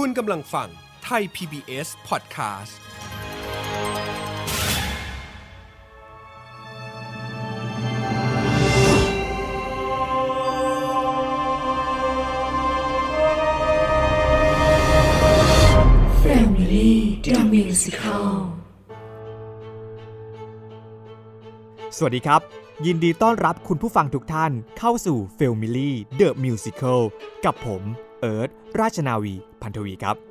คุณกำลังฟังไทย PBS Podcast Family The Musical สวัสดีครับยินดีต้อนรับคุณผู้ฟังทุกท่านเข้าสู่ Family The Musical กับผมเอิร์ธราชนาวีพันธวีครับ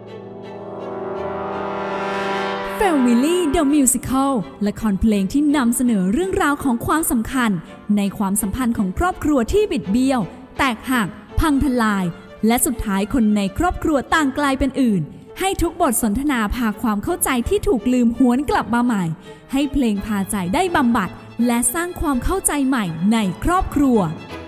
Family The Musical ละครเพลงที่นำเสนอเรื่องราวของความสำคัญในความสัมพันธ์ของครอบครัวที่บิดเบี้ยวแตกหักพังทลายและสุดท้ายคนในครอบครัวต่างกลายเป็นอื่นให้ทุกบทสนทนาพาความเข้าใจที่ถูกลืมหวนกลับมาใหม่ให้เพลงพาใจได้บำบัดและสร้างความเข้าใจใหม่ในครอบครัว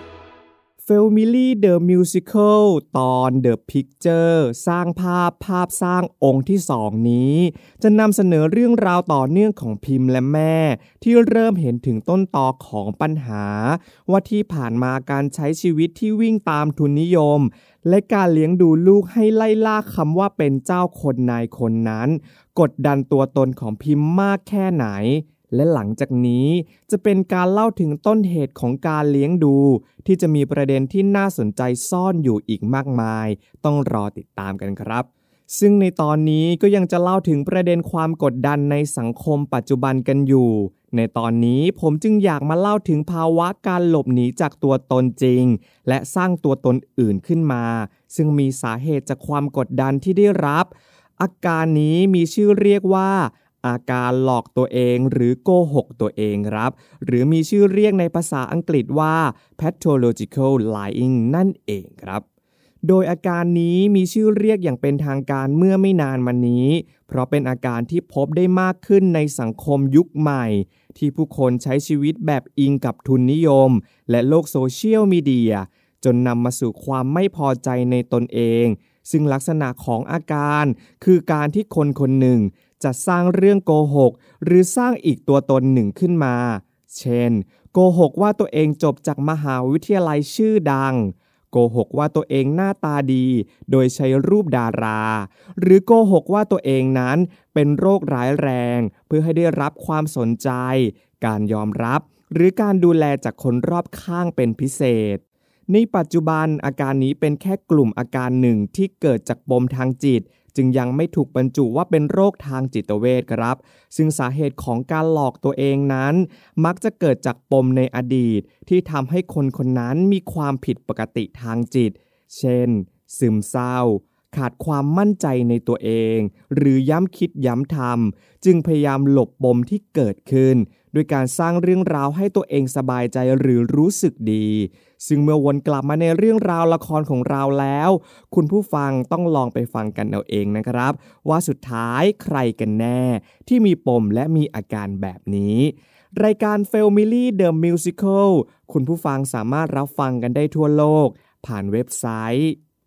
Family The Musical ตอน The Picture สร้างภาพสร้างองค์ที่2นี้จะนำเสนอเรื่องราวต่อเนื่องของพิมพ์และแม่ที่เริ่มเห็นถึงต้นตอของปัญหาว่าที่ผ่านมาการใช้ชีวิตที่วิ่งตามทุนนิยมและการเลี้ยงดูลูกให้ไล่ล่าคำว่าเป็นเจ้าคนนายคนนั้นกดดันตัวตนของพิมพ์มากแค่ไหนและหลังจากนี้จะเป็นการเล่าถึงต้นเหตุของการเลี้ยงดูที่จะมีประเด็นที่น่าสนใจซ่อนอยู่อีกมากมายต้องรอติดตามกันครับซึ่งในตอนนี้ก็ยังจะเล่าถึงประเด็นความกดดันในสังคมปัจจุบันกันอยู่ในตอนนี้ผมจึงอยากมาเล่าถึงภาวะการหลบหนีจากตัวตนจริงและสร้างตัวตนอื่นขึ้นมาซึ่งมีสาเหตุจากความกดดันที่ได้รับอาการนี้มีชื่อเรียกว่าอาการหลอกตัวเองหรือโกหกตัวเองครับหรือมีชื่อเรียกในภาษาอังกฤษว่า pathological lying นั่นเองครับโดยอาการนี้มีชื่อเรียกอย่างเป็นทางการเมื่อไม่นานมานี้เพราะเป็นอาการที่พบได้มากขึ้นในสังคมยุคใหม่ที่ผู้คนใช้ชีวิตแบบอิงกับทุนนิยมและโลกโซเชียลมีเดียจนนำมาสู่ความไม่พอใจในตนเองซึ่งลักษณะของอาการคือการที่คนคนหนึ่งจะสร้างเรื่องโกหกหรือสร้างอีกตัวตนหนึ่งขึ้นมาเช่นโกหกว่าตัวเองจบจากมหาวิทยาลัยชื่อดังโกหกว่าตัวเองหน้าตาดีโดยใช้รูปดาราหรือโกหกว่าตัวเองนั้นเป็นโรคร้ายแรงเพื่อให้ได้รับความสนใจการยอมรับหรือการดูแลจากคนรอบข้างเป็นพิเศษในปัจจุบันอาการนี้เป็นแค่กลุ่มอาการหนึ่งที่เกิดจากปมทางจิตจึงยังไม่ถูกบรรจุว่าเป็นโรคทางจิตเวชครับซึ่งสาเหตุของการหลอกตัวเองนั้นมักจะเกิดจากปมในอดีตที่ทำให้คนคนนั้นมีความผิดปกติทางจิตเช่นซึมเศร้าขาดความมั่นใจในตัวเองหรือย้ำคิดย้ำทำจึงพยายามหลบปมที่เกิดขึ้นด้วยการสร้างเรื่องราวให้ตัวเองสบายใจหรือรู้สึกดีซึ่งเมื่อวนกลับมาในเรื่องราวละครของเราแล้วคุณผู้ฟังต้องลองไปฟังกันเอาเองนะครับว่าสุดท้ายใครกันแน่ที่มีปมและมีอาการแบบนี้รายการ Family The Musical คุณผู้ฟังสามารถรับฟังกันได้ทั่วโลกผ่านเว็บไซต์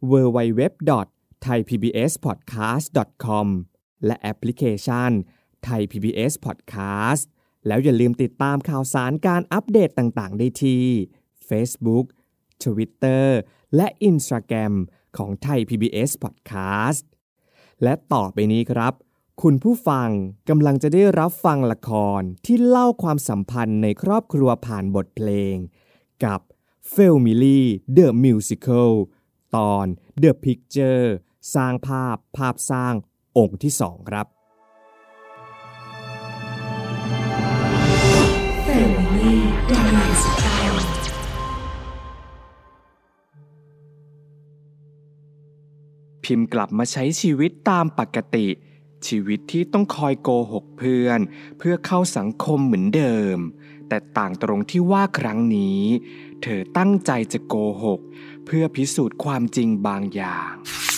www.thaipbspodcast.com และแอปพลิเคชัน Thai PBS Podcast แล้วอย่าลืมติดตามข่าวสารการอัปเดตต่างๆได้ที่ Facebook, Twitter และ Instagram ของ Thai PBS Podcast และต่อไปนี้ครับคุณผู้ฟังกำลังจะได้รับฟังละครที่เล่าความสัมพันธ์ในครอบครัวผ่านบทเพลงกับ Family The Musical ตอน The Picture สร้างภาพสร้างองค์ที่2ครับ Family The Musical พิมพ์กลับมาใช้ชีวิตตามปกติชีวิตที่ต้องคอยโกหกเพื่อนเพื่อเข้าสังคมเหมือนเดิมแต่ต่างตรงที่ว่าครั้งนี้เธอตั้งใจจะโกหกเพื่อพิสูจน์ความจริงบางอย่าง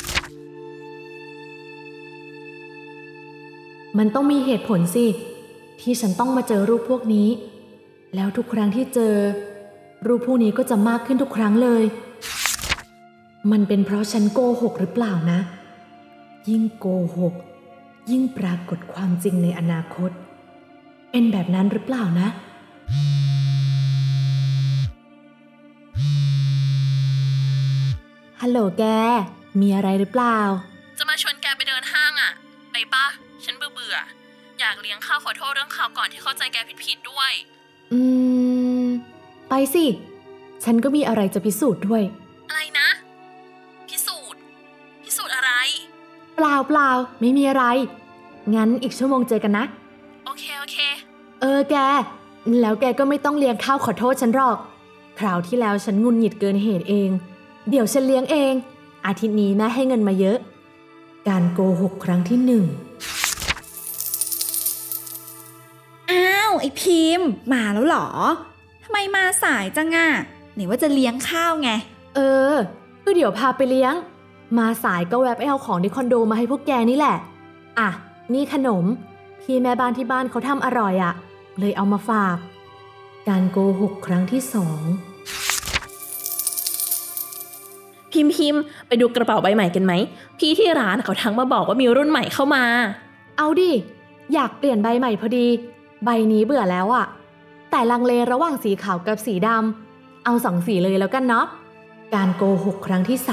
มันต้องมีเหตุผลสิที่ฉันต้องมาเจอรูปพวกนี้แล้วทุกครั้งที่เจอรูปพวกนี้ก็จะมากขึ้นทุกครั้งเลยมันเป็นเพราะฉันโกหกหรือเปล่านะยิ่งโกหกยิ่งปรากฏความจริงในอนาคตเป็นแบบนั้นหรือเปล่านะฮัลโหลแกมีอะไรหรือเปล่าอยากเลี้ยงข้าวขอโทษเรื่องข่าวก่อนที่เข้าใจแกผิดๆด้วยไปสิฉันก็มีอะไรจะพิสูจน์ด้วยอะไรนะพิสูจน์อะไรเปล่าไม่มีอะไรงั้นอีกชั่วโมงเจอกันนะโอเคแกแล้วแกก็ไม่ต้องเลี้ยงข้าวขอโทษฉันหรอกคราวที่แล้วฉันงุนหงิดเกินเหตุเองเดี๋ยวฉันเลี้ยงเองอาทิตย์นี้แม่ให้เงินมาเยอะการโกหกครั้งที่1 อ้าวไอ้พิมพ์มาแล้วเหรอทำไมมาสายจังอ่ะไหนว่าจะเลี้ยงข้าวไงก็เดี๋ยวพาไปเลี้ยงมาสายก็แวะไปเอาของที่คอนโดมาให้พวกแกนี่แหละอ่ะนี่ขนมพี่แม่บ้านที่บ้านเขาทำอร่อยอ่ะเลยเอามาฝากการโกหกครั้งที่2 พิมพ์ไปดูกระเป๋าใบใหม่กันไหมพี่ที่ร้านเขาทักมาบอกว่ามีรุ่นใหม่เข้ามาเอาดิอยากเปลี่ยนใบใหม่พอดีใบนี้เบื่อแล้วอ่ะแต่ลังเลระหว่างสีขาวกับสีดำเอา2สีเลยแล้วกันเนาะการโกหกครั้งที่3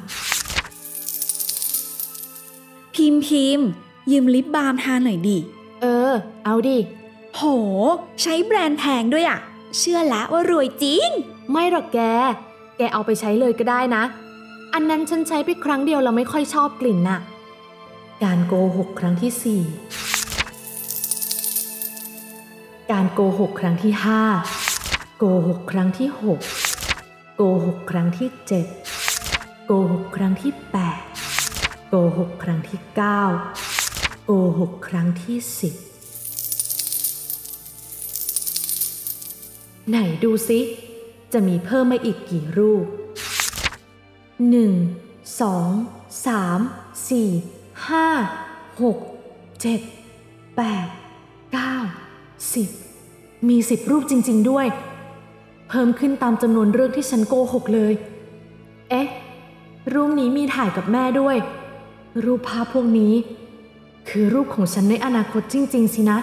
พิมพ์ยืมลิปบาล์มทาหน่อยดิเอาดิโหใช้แบรนด์แพงด้วยอ่ะเชื่อแล้วว่ารวยจริงไม่หรอกแกเอาไปใช้เลยก็ได้นะอันนั้นฉันใช้ไปครั้งเดียวเราไม่ค่อยชอบกลิ่นน่ะการโกหกครั้งที่4การโกหกครั้งที่5โกหกครั้งที่6โกหกครั้งที่7โกหกครั้งที่8โกหกครั้งที่9โกหกครั้งที่10ไหนดูสิจะมีเพิ่มมาอีกกี่รูป1 2 3 4 5 6 7 8 9 10มี10รูปจริงๆด้วยเพิ่มขึ้นตามจำนวนเรื่องที่ฉันโกหกเลยรูปนี้มีถ่ายกับแม่ด้วยรูปภาพพวกนี้คือรูปของฉันในอนาคตจริงๆสินะ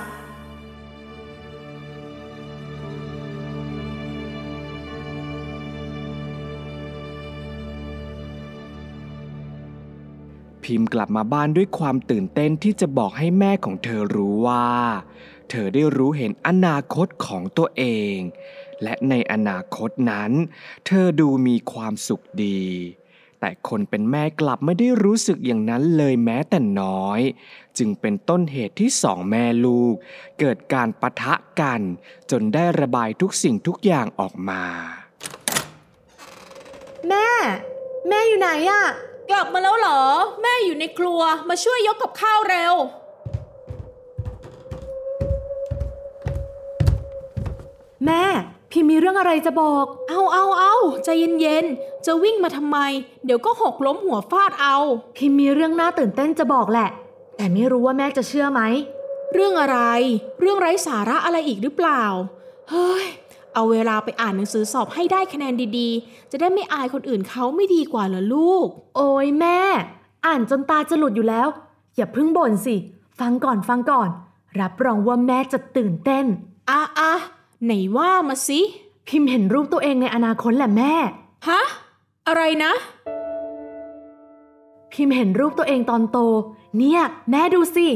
พิมพ์กลับมาบ้านด้วยความตื่นเต้นที่จะบอกให้แม่ของเธอรู้ว่าเธอได้รู้เห็นอนาคตของตัวเองและในอนาคตนั้นเธอดูมีความสุขดีแต่คนเป็นแม่กลับไม่ได้รู้สึกอย่างนั้นเลยแม้แต่น้อยจึงเป็นต้นเหตุที่2แม่ลูกเกิดการปะทะกันจนได้ระบายทุกสิ่งทุกอย่างออกมาแม่อยู่ไหนอะกลับมาแล้วเหรอแม่อยู่ในครัวมาช่วยยกกับข้าวเร็วแม่พี่มีเรื่องอะไรจะบอกเอาใจเย็นๆจะวิ่งมาทำไมเดี๋ยวก็หกล้มหัวฟาดเอาพี่มีเรื่องน่าตื่นเต้นจะบอกแหละแต่ไม่รู้ว่าแม่จะเชื่อไหมเรื่องอะไรเรื่องไร้สาระอะไรอีกหรือเปล่าเฮ้ยเอาเวลาไปอ่านหนังสือสอบให้ได้คะแนนดีๆจะได้ไม่อายคนอื่นเขาไม่ดีกว่าเหรอลูกโอ้ยแม่อ่านจนตาจะหลุดอยู่แล้วอย่าเพิ่งบ่นสิฟังก่อนรับรองว่าแม่จะตื่นเต้นไหนว่ามาสิพิมพ์เห็นรูปตัวเองในอนาคตแหละแม่ฮะอะไรนะพิมพ์เห็นรูปตัวเองตอนโตเนี่ยแม่ดูสิ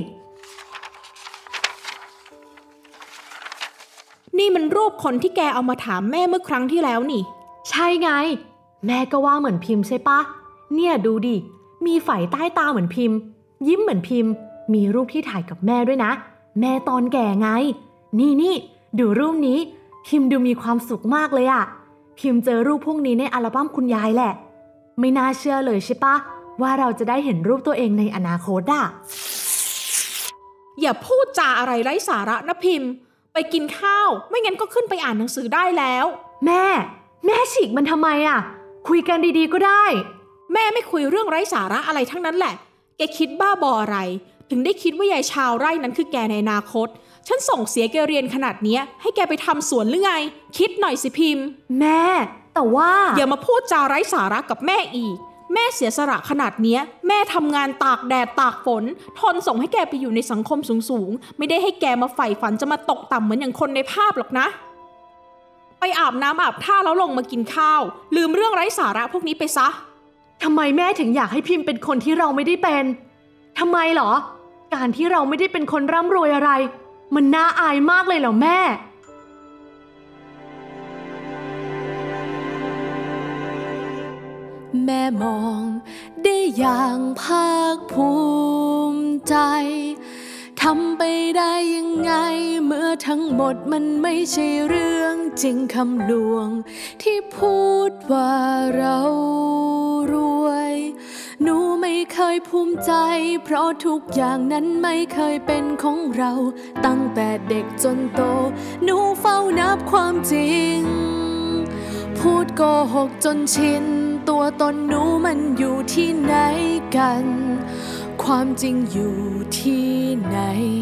นี่มันรูปคนที่แกเอามาถามแม่เมื่อครั้งที่แล้วนี่ใช่ไงแม่ก็ว่าเหมือนพิมพ์ใช่ปะเนี่ยดูดิมีไฝใต้ตาเหมือนพิมพ์ยิ้มเหมือนพิมพ์มีรูปที่ถ่ายกับแม่ด้วยนะแม่ตอนแก่ไงนี่ดูรูปนี้พิมพ์ดูมีความสุขมากเลยอะพิมพ์เจอรูปพวกนี้ในอัลบั้มคุณยายแหละไม่น่าเชื่อเลยใช่ปะว่าเราจะได้เห็นรูปตัวเองในอนาคตอะอย่าพูดจาอะไรไร้สาระนะพิมพ์ไปกินข้าวไม่งั้นก็ขึ้นไปอ่านหนังสือได้แล้วแม่ฉีกมันทำไมอะคุยกันดีๆก็ได้แม่ไม่คุยเรื่องไร้สาระอะไรทั้งนั้นแหละแกคิดบ้าบออะไรถึงได้คิดว่ายายชาวไร่นั้นคือแกในอนาคตฉันส่งเสียแกเรียนขนาดนี้ให้แกไปทำสวนหรือไงคิดหน่อยสิพิมพ์แม่แต่ว่าอย่ามาพูดจาไร้สาระกับแม่อีกแม่เสียสละขนาดนี้แม่ทำงานตากแดดตากฝนทนส่งให้แกไปอยู่ในสังคมสูงๆไม่ได้ให้แกมาใฝ่ฝันจะมาตกต่ำเหมือนอย่างคนในภาพหรอกนะไปอาบน้ำอาบท่าแล้วลงมากินข้าวลืมเรื่องไร้สาระพวกนี้ไปซะทำไมแม่ถึงอยากให้พิมพ์เป็นคนที่เราไม่ได้เป็นทำไมหรอการที่เราไม่ได้เป็นคนร่ำรวยอะไรมันน่าอายมากเลยเหรอแม่แม่มองได้อย่างภาคภูมิใจทำไปได้ยังไงเมื่อทั้งหมดมันไม่ใช่เรื่องจริงคำลวงที่พูดว่าเรารวยหนูไม่เคยภูมิใจเพราะทุกอย่างนั้นไม่เคยเป็นของเราตั้งแต่เด็กจนโตหนูเฝ้านับความจริงพูดโกหกจนชินตัวตนหนูมันอยู่ที่ไหนกันความจริงอยู่ที่ไหน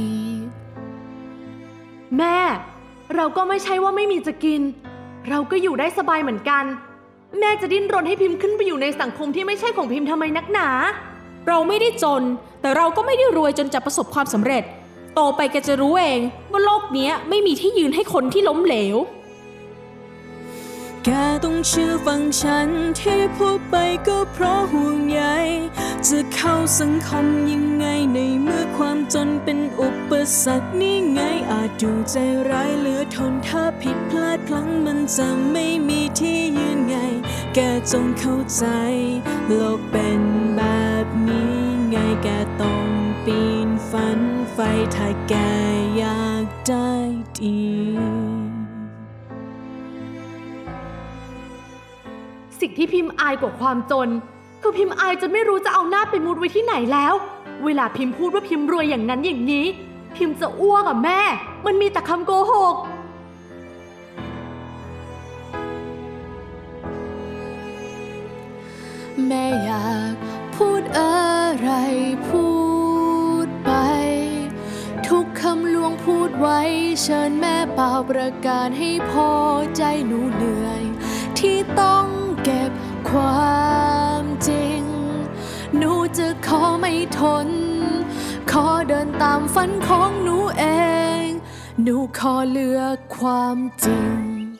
แม่เราก็ไม่ใช่ว่าไม่มีจะกินเราก็อยู่ได้สบายเหมือนกันแม่จะดิ้นรนให้พิมพ์ขึ้นไปอยู่ในสังคมที่ไม่ใช่ของพิมพ์ทำไมนักหนาเราไม่ได้จนแต่เราก็ไม่ได้รวยจนจะประสบความสำเร็จโตไปแกจะรู้เองว่าโลกนี้ไม่มีที่ยืนให้คนที่ล้มเหลวแกต้องเชื่อฟังฉันที่พูดไปก็เพราะห่วงใยจะเข้าสังคมยังไงในเมื่อความจนเป็นอุปสรรคนี่ไงอาจดูใจร้ายเหลือทนถ้าผิดพลาดพลั้งมันจะไม่มีที่ยืนไงแกจงเข้าใจโลกเป็นแบบนี้ไงแกต้องปีนฝันไฟถ้าแกอยากได้ดีสิ่งที่พิมพ์อายกว่าความจนคือพิมพ์อายจนไม่รู้จะเอาหน้าไปมุดไว้ที่ไหนแล้วเวลาพิมพ์พูดว่าพิมพ์รวยอย่างนั้นอย่างนี้พิมพ์จะอ้วกอ่ะแม่มันมีแต่คำโกหกแม่อยากพูดอะไรพูดไปทุกคำลวงพูดไว้เชิญแม่เป่าประกาศให้พอใจหนูเหนื่อยที่ต้องเก็บความจริงหนูจะขอไม่ทนขอเดินตามฝันของหนูเองหนูขอเลือกความจริง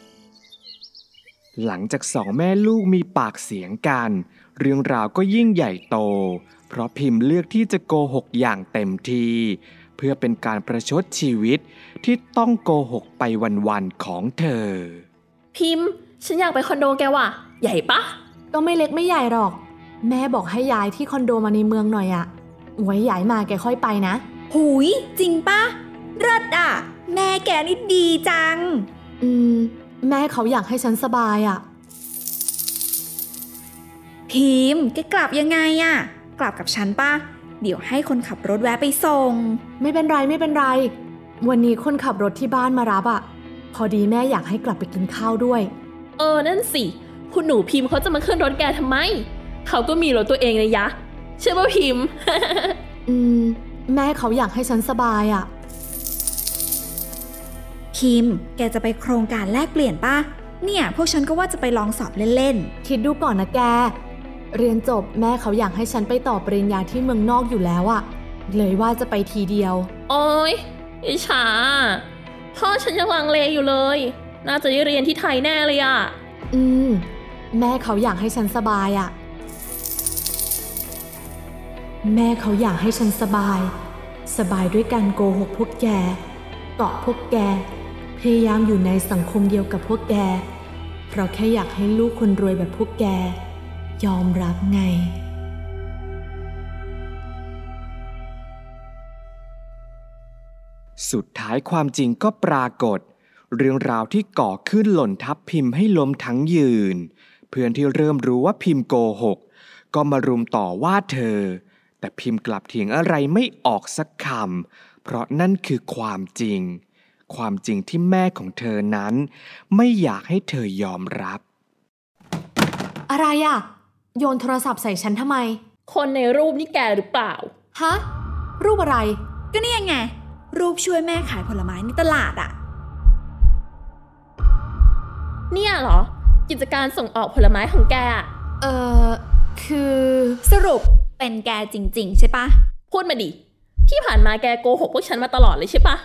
หลังจากสองแม่ลูกมีปากเสียงกันเรื่องราวก็ยิ่งใหญ่โตเพราะพิมพ์เลือกที่จะโกหกอย่างเต็มที่เพื่อเป็นการประชดชีวิตที่ต้องโกหกไปวันๆของเธอพิมพ์ฉันอยากไปคอนโดแกว่ะใหญ่ปะก็ไม่เล็กไม่ใหญ่หรอกแม่บอกให้ย้ายที่คอนโดมาในเมืองหน่อยอะไว้ย้ายมาแกค่อยไปนะหุยจริงปะเลิศอ่ะแม่แกนี่ดีจังแม่เขาอยากให้ฉันสบายอะพิมพ์แกกลับยังไงอะกลับกับฉันปะเดี๋ยวให้คนขับรถแวะไปส่งไม่เป็นไรไม่เป็นไรวันนี้คนขับรถที่บ้านมารับอะพอดีแม่อยากให้กลับไปกินข้าวด้วยนั่นสิคุณหนูพิมพ์เขาจะมาขึ้นรถแกทำไมเขาก็มีรถตัวเองเลยยะใช่ป่ะพิมพ์แม่เขาอยากให้ฉันสบายอ่ะพิมพ์แกจะไปโครงการแลกเปลี่ยนป่ะเนี่ยพวกฉันก็ว่าจะไปลองสอบเล่นๆคิดดูก่อนนะแกเรียนจบแม่เขาอยากให้ฉันไปต่อปริญญาที่เมืองนอกอยู่แล้วอ่ะเลยว่าจะไปทีเดียวโอ๊ยอิจฉาพ่อฉันยังลังเลอยู่เลยน่าจะได้เรียนที่ไทยแน่เลยอ่ะแม่เขาอยากให้ฉันสบายอ่ะแม่เขาอยากให้ฉันสบายด้วยการโกหกพวกแกเกาะพวกแกพยายามอยู่ในสังคมเดียวกับพวกแกเพราะแค่อยากให้ลูกคนรวยแบบพวกแกยอมรับไงสุดท้ายความจริงก็ปรากฏเรื่องราวที่ก่อขึ้นหล่นทับพิมพ์ให้ล้มทั้งยืนเพื่อนที่เริ่มรู้ว่าพิมพ์โกหกก็มารุมต่อว่าเธอแต่พิมพ์กลับเถียงอะไรไม่ออกสักคำเพราะนั่นคือความจริงที่แม่ของเธอนั้นไม่อยากให้เธอยอมรับอะไรอ่ะโยนโทรศัพท์ใส่ฉันทำไมคนในรูปนี่แกหรือเปล่าฮะรูปอะไรก็เนี่ยไงรูปช่วยแม่ขายผลไม้ในตลาดอ่ะเนี่ยเหรอกิจการส่งออกผลไม้ของแกคือสรุปเป็นแกจริงๆใช่ปะพูดมาดิที่ผ่านมาแกโกหกพวกฉันมาตลอดเลยใช่ปะ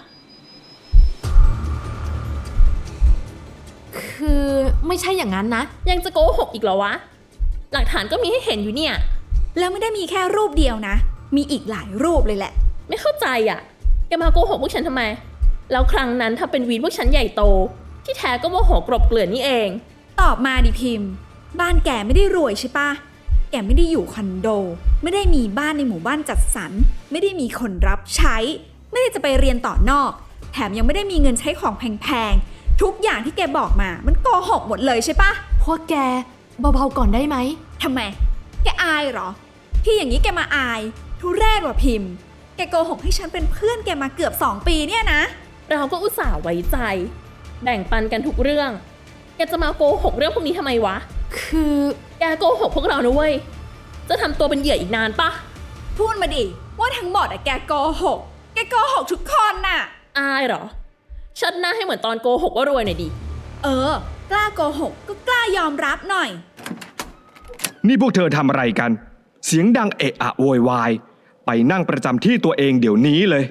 คือไม่ใช่อย่างนั้นนะยังจะโกหกอีกเหรอวะหลักฐานก็มีให้เห็นอยู่เนี่ยแล้วไม่ได้มีแค่รูปเดียวนะมีอีกหลายรูปเลยแหละไม่เข้าใจอ่ะแกมาโกหกพวกฉันทำไมแล้วครั้งนั้นถ้าเป็นวีนพวกฉันใหญ่โตที่แท้ก็โมโหกลบเกลื่อนนี่เองตอบมาดิพิมพ์บ้านแกไม่ได้รวยใช่ปะแกไม่ได้อยู่คอนโดไม่ได้มีบ้านในหมู่บ้านจัดสรรไม่ได้มีคนรับใช้ไม่ได้จะไปเรียนต่อนอกแถมยังไม่ได้มีเงินใช้ของแพงๆทุกอย่างที่แกบอกมามันโกหกหมดเลยใช่ปะพวกแกเบาๆก่อนได้ไหมทำไมแกอายเหรอที่อย่างนี้แกมาอายทุเรศว่ะพิมพ์แกโกหกให้ฉันเป็นเพื่อนแกมาเกือบ2 ปีเนี่ยนะเราก็อุตส่าห์ไว้ใจแบ่งปันกันทุกเรื่องแกจะมาโกหกเรื่องพวกนี้ทำไมวะคือแกโกหกพวกเรานะเว้ยจะทำตัวเป็นเหยื่ออีกนานปะพูดมาดิว่าทั้งหมดแกโกหกทุกคนน่ะอายเหรอชัดหน้าให้เหมือนตอนโกหกว่ารวยหน่อยดิกล้าโกหกก็กล้ายอมรับหน่อยนี่พวกเธอทำอะไรกันเสียงดังเอะอะโวยวายไปนั่งประจำที่ตัวเองเดี๋ยวนี้เลย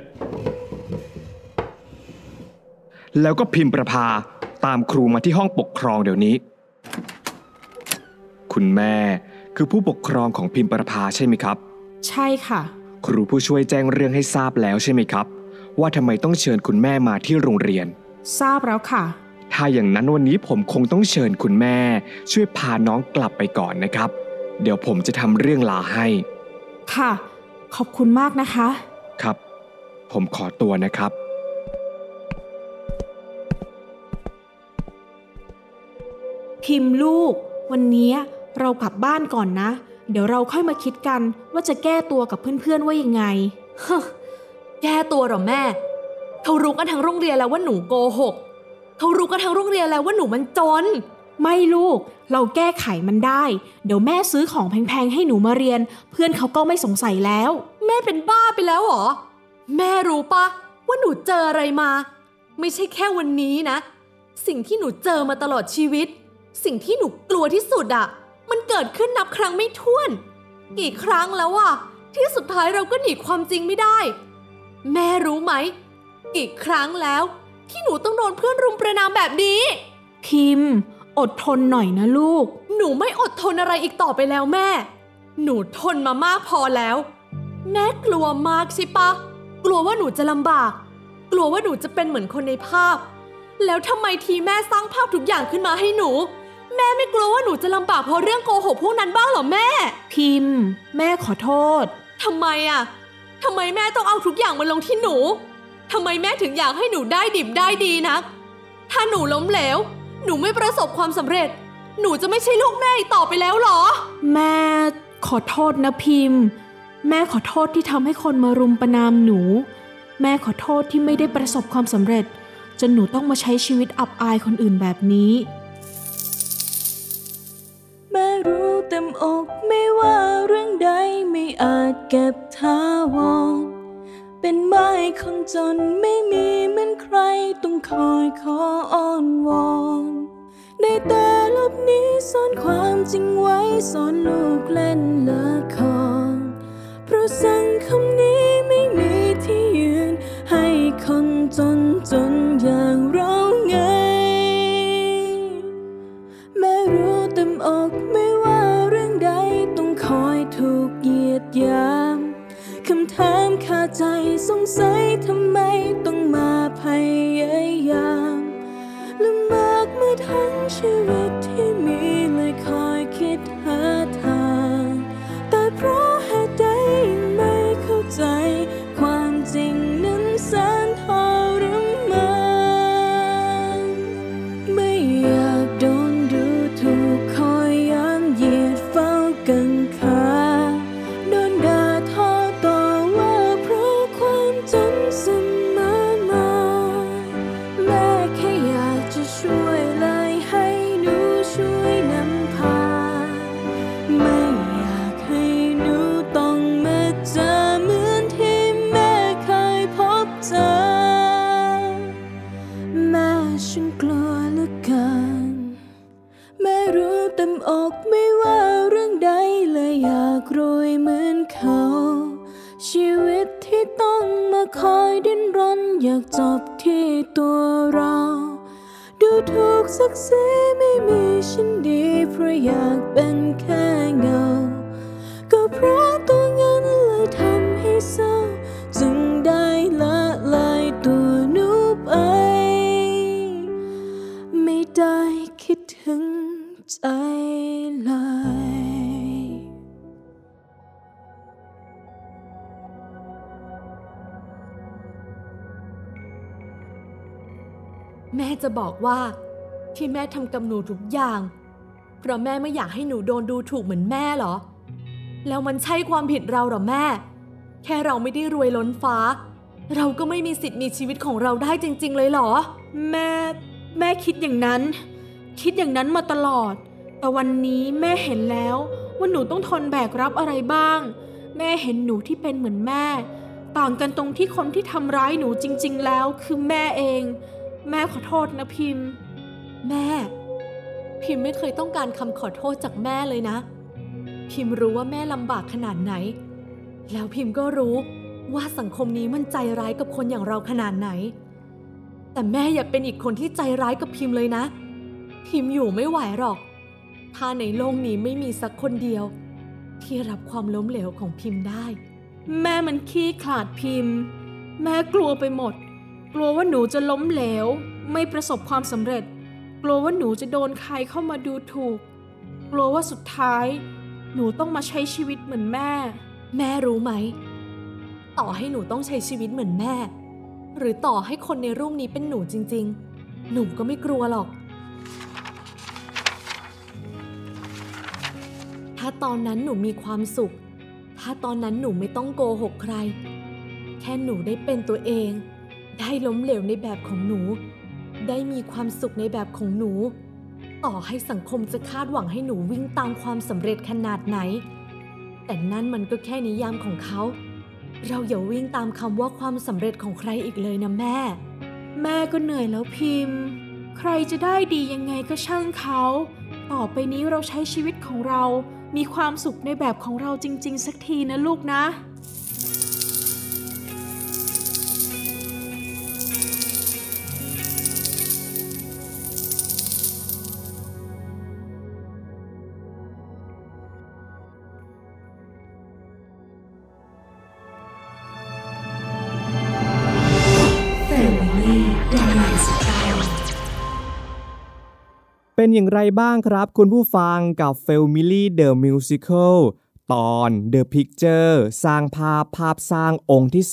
แล้วก็พิมพ์ประภาตามครูมาที่ห้องปกครองเดี๋ยวนี้คุณแม่คือผู้ปกครองของพิมพ์ประภาใช่ไหมครับใช่ค่ะครูผู้ช่วยแจ้งเรื่องให้ทราบแล้วใช่ไหมครับว่าทำไมต้องเชิญคุณแม่มาที่โรงเรียนทราบแล้วค่ะถ้าอย่างนั้นวันนี้ผมคงต้องเชิญคุณแม่ช่วยพาน้องกลับไปก่อนนะครับเดี๋ยวผมจะทำเรื่องลาให้ค่ะขอบคุณมากนะคะครับผมขอตัวนะครับพิมพ์ลูกวันนี้เรากลับบ้านก่อนนะเดี๋ยวเราค่อยมาคิดกันว่าจะแก้ตัวกับเพื่อนๆว่ายังไงแก้ตัวหรอแม่เขารู้กันทั้งโรงเรียนแล้วว่าหนูโกหกเขารู้กันทั้งโรงเรียนแล้วว่าหนูมันจนไม่ลูกเราแก้ไขมันได้เดี๋ยวแม่ซื้อของแพงๆให้หนูมาเรียนเพื่อนเขาก็ไม่สงสัยแล้วแม่เป็นบ้าไปแล้วเหรอแม่รู้ปะว่าหนูเจออะไรมาไม่ใช่แค่วันนี้นะสิ่งที่หนูเจอมาตลอดชีวิตสิ่งที่หนูกลัวที่สุดอ่ะมันเกิดขึ้นนับครั้งไม่ถ้วนกี่ครั้งแล้วอ่ะที่สุดท้ายเราก็หนีความจริงไม่ได้แม่รู้ไหมกี่ครั้งแล้วที่หนูต้องโดนเพื่อนรุมประณามแบบนี้พิมพ์อดทนหน่อยนะลูกหนูไม่อดทนอะไรอีกต่อไปแล้วแม่หนูทนมามากพอแล้วแม่กลัวมากใช่ปะกลัวว่าหนูจะลำบากกลัวว่าหนูจะเป็นเหมือนคนในภาพแล้วทำไมทีแม่สร้างภาพทุกอย่างขึ้นมาให้หนูแม่ไม่กลัวว่าหนูจะลำบากเพราะเรื่องโกหกพวกนั้นบ้างเหรอแม่พิมพ์แม่ขอโทษทำไมแม่ต้องเอาทุกอย่างมาลงที่หนูทำไมแม่ถึงอยากให้หนูได้ดิบได้ดีนักถ้าหนูล้มเหลวหนูไม่ประสบความสำเร็จหนูจะไม่ใช่ลูกแม่อีกต่อไปแล้วหรอแม่ขอโทษนะพิมพ์แม่ขอโทษที่ทำให้คนมารุมประณามหนูแม่ขอโทษที่ไม่ได้ประสบความสำเร็จจนหนูต้องมาใช้ชีวิตอับอายคนอื่นแบบนี้แม่รู้เต็มอกไม่ว่าเรื่องใดไม่อาจเก็บท้าวรเป็นไม้คนจนไม่มีเหมือนใครต้องคอยขออ้อนวอนได้แต่ลบหนีซ่อนความจริงไว้สอนลูกเล่นละครเพราะสังคมนี้ไม่มีที่ยืนให้คนจนอย่างเราไงแม่รู้เต็มอกไม่ว่าเรื่องใดต้องคอยถูกเหยียดหยามคำถามคาใจสงสัยทำไมต้องมาพยายามลำบากมาทั้งชีวิตที่มีเลยคอยคิดหาทางแต่เพราะเหตุใดไม่เข้าใจความจริงนั้นแสนทรมานไม่อยากโดนดูถูกคอยย้ำเหยียดเฝ้ากังขาโดนด่าทอต่อว่าเพราะความจนเสมอมาแม่แค่อยากจะช่วยเลยให้หนูช่วยนำพาไม่อยากให้หนูต้องมาเจอเหมือนที่แม่เคยพบเจอแม่ฉันกลัวเหลือเกินแม่รู้เต็มอกไม่ว่าเรื่องใดเลยอยากรวยเหมือนเขาชีวิตที่ต้องมาคอยดิ้นรนอยากจบที่ตัวเราดูถูกศักดิ์ศรีไม่มีฉันดีเพราะอยากเป็นแค่เงาก็เพราะตัวเงินเลยทำให้เศร้าจึงม่จะบอกว่าที่แม่ทำกับหนูทุกอย่างเพราะแม่ไม่อยากให้หนูโดนดูถูกเหมือนแม่เหรอแล้วมันใช่ความผิดเราเหรอแม่แค่เราไม่ได้รวยล้นฟ้าเราก็ไม่มีสิทธิ์มีชีวิตของเราได้จริงๆเลยเหรอแม่คิดอย่างนั้นมาตลอดแต่วันนี้แม่เห็นแล้วว่าหนูต้องทนแบกรับอะไรบ้างแม่เห็นหนูที่เป็นเหมือนแม่ต่างกันตรงที่คนที่ทำร้ายหนูจริงๆแล้วคือแม่เองแม่ขอโทษนะพิมพ์แม่พิมพ์ไม่เคยต้องการคำขอโทษจากแม่เลยนะพิมพ์รู้ว่าแม่ลำบากขนาดไหนแล้วพิมพ์ก็รู้ว่าสังคมนี้มันใจร้ายกับคนอย่างเราขนาดไหนแต่แม่อย่าเป็นอีกคนที่ใจร้ายกับพิมพ์เลยนะพิมพ์อยู่ไม่ไหวหรอกถ้าในโลกนี้ไม่มีสักคนเดียวที่รับความล้มเหลวของพิมพ์ได้แม่มันขี้ขลาดพิมพ์แม่กลัวไปหมดกลัวว่าหนูจะล้มเหลวไม่ประสบความสำเร็จกลัวว่าหนูจะโดนใครเข้ามาดูถูกกลัวว่าสุดท้ายหนูต้องมาใช้ชีวิตเหมือนแม่รู้ไหมต่อให้หนูต้องใช้ชีวิตเหมือนแม่หรือต่อให้คนในรูปนี้เป็นหนูจริงๆหนูก็ไม่กลัวหรอกถ้าตอนนั้นหนูมีความสุขถ้าตอนนั้นหนูไม่ต้องโกหกใครแค่หนูได้เป็นตัวเองได้ล้มเหลวในแบบของหนูได้มีความสุขในแบบของหนูต่อให้สังคมจะคาดหวังให้หนูวิ่งตามความสำเร็จขนาดไหนแต่นั่นมันก็แค่นิยามของเขาเราอย่าวิ่งตามคำว่าความสำเร็จของใครอีกเลยนะแม่ก็เหนื่อยแล้วพิมพ์ใครจะได้ดียังไงก็ช่างเขาต่อไปนี้เราใช้ชีวิตของเรามีความสุขในแบบของเราจริงๆสักทีนะลูกนะเป็นอย่างไรบ้างครับคุณผู้ฟังกับ Family The Musical ตอน The Picture สร้างภาพสร้างองค์ที่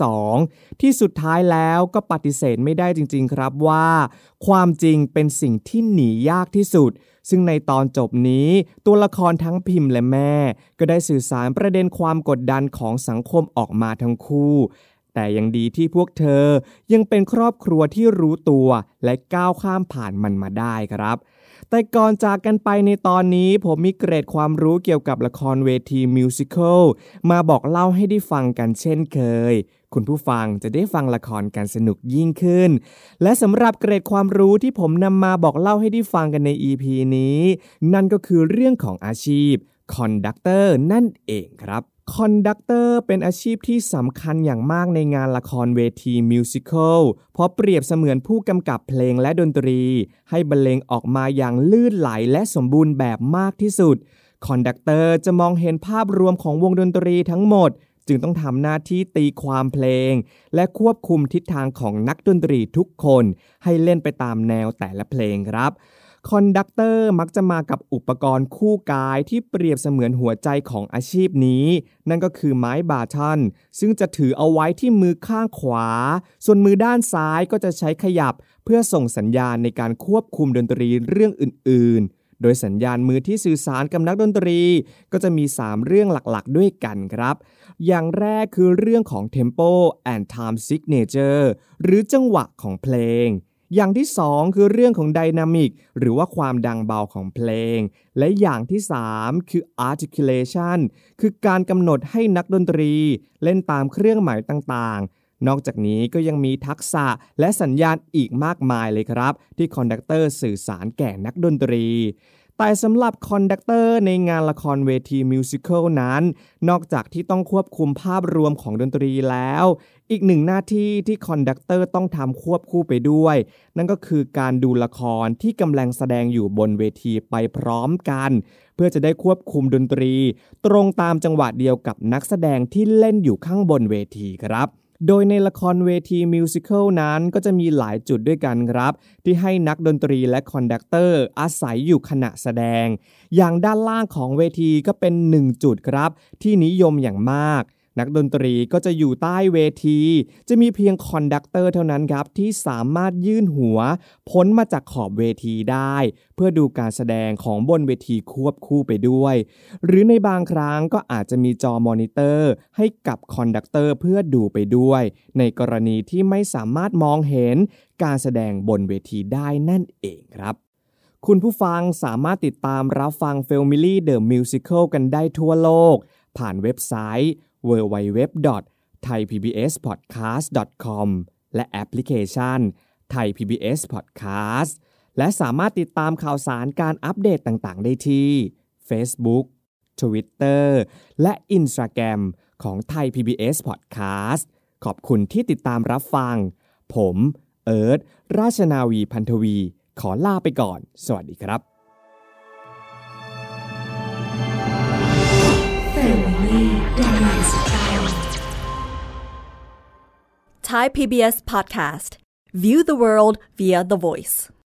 2ที่สุดท้ายแล้วก็ปฏิเสธไม่ได้จริงๆครับว่าความจริงเป็นสิ่งที่หนียากที่สุดซึ่งในตอนจบนี้ตัวละครทั้งพิมพ์และแม่ก็ได้สื่อสารประเด็นความกดดันของสังคมออกมาทั้งคู่แต่ยังดีที่พวกเธอยังเป็นครอบครัวที่รู้ตัวและก้าวข้ามผ่านมันมาได้ครับแต่ก่อนจากกันไปในตอนนี้ผมมีเกร็ดความรู้เกี่ยวกับละครเวทีมิวสิคัลมาบอกเล่าให้ได้ฟังกันเช่นเคยคุณผู้ฟังจะได้ฟังละครกันสนุกยิ่งขึ้นและสำหรับเกร็ดความรู้ที่ผมนำมาบอกเล่าให้ได้ฟังกันใน EP นี้นั่นก็คือเรื่องของอาชีพคอนดักเตอร์นั่นเองครับคอนดักเตอร์เป็นอาชีพที่สำคัญอย่างมากในงานละครเวทีมิวสิคัลเพราะเปรียบเสมือนผู้กำกับเพลงและดนตรีให้บรรเลงออกมาอย่างลื่นไหลและสมบูรณ์แบบมากที่สุดคอนดักเตอร์จะมองเห็นภาพรวมของวงดนตรีทั้งหมดจึงต้องทำหน้าที่ตีความเพลงและควบคุมทิศทางของนักดนตรีทุกคนให้เล่นไปตามแนวแต่ละเพลงครับคอนดักเตอร์มักจะมากับอุปกรณ์คู่กายที่เปรียบเสมือนหัวใจของอาชีพนี้นั่นก็คือไม้บาทันซึ่งจะถือเอาไว้ที่มือข้างขวาส่วนมือด้านซ้ายก็จะใช้ขยับเพื่อส่งสัญญาณในการควบคุมดนตรีเรื่องอื่นๆโดยสัญญาณมือที่สื่อสารกับนักดนตรีก็จะมี3เรื่องหลักๆด้วยกันครับอย่างแรกคือเรื่องของ Tempo and Time Signature หรือจังหวะของเพลงอย่างที่2คือเรื่องของไดนามิกหรือว่าความดังเบาของเพลงและอย่างที่3คือ articulation คือการกำหนดให้นักดนตรีเล่นตามเครื่องหมายต่างๆนอกจากนี้ก็ยังมีทักษะและสัญญาณอีกมากมายเลยครับที่คอนดักเตอร์สื่อสารแก่นักดนตรีแต่สำหรับคอนดักเตอร์ในงานละครเวทีมิวสิคัลนั้นนอกจากที่ต้องควบคุมภาพรวมของดนตรีแล้วอีกหนึ่งหน้าที่ที่คอนดักเตอร์ต้องทำควบคู่ไปด้วยนั่นก็คือการดูละครที่กำลังแสดงอยู่บนเวทีไปพร้อมกันเพื่อจะได้ควบคุมดนตรีตรงตามจังหวะเดียวกับนักแสดงที่เล่นอยู่ข้างบนเวทีครับโดยในละครเวทีมิวสิคัลนั้นก็จะมีหลายจุดด้วยกันครับที่ให้นักดนตรีและคอนดักเตอร์อาศัยอยู่ขณะแสดงอย่างด้านล่างของเวทีก็เป็น1จุดครับที่นิยมอย่างมากนักดนตรีก็จะอยู่ใต้เวทีจะมีเพียงคอนดักเตอร์เท่านั้นครับที่สามารถยื่นหัวพ้นมาจากขอบเวทีได้เพื่อดูการแสดงของบนเวทีควบคู่ไปด้วยหรือในบางครั้งก็อาจจะมีจอมอนิเตอร์ให้กับคอนดักเตอร์เพื่อดูไปด้วยในกรณีที่ไม่สามารถมองเห็นการแสดงบนเวทีได้นั่นเองครับคุณผู้ฟังสามารถติดตามรับฟัง Family The Musical กันได้ทั่วโลกผ่านเว็บไซต์ www.thaipbspodcast.com และแอปพลิเคชัน Thai PBS Podcast และสามารถติดตามข่าวสารการอัปเดตต่างๆได้ที่ Facebook, Twitter และ Instagram ของ Thai PBS Podcast ขอบคุณที่ติดตามรับฟังผมเอิร์ธราชนาวีพันธวีขอลาไปก่อนสวัสดีครับ Thai PBS Podcast. View the world via the voice.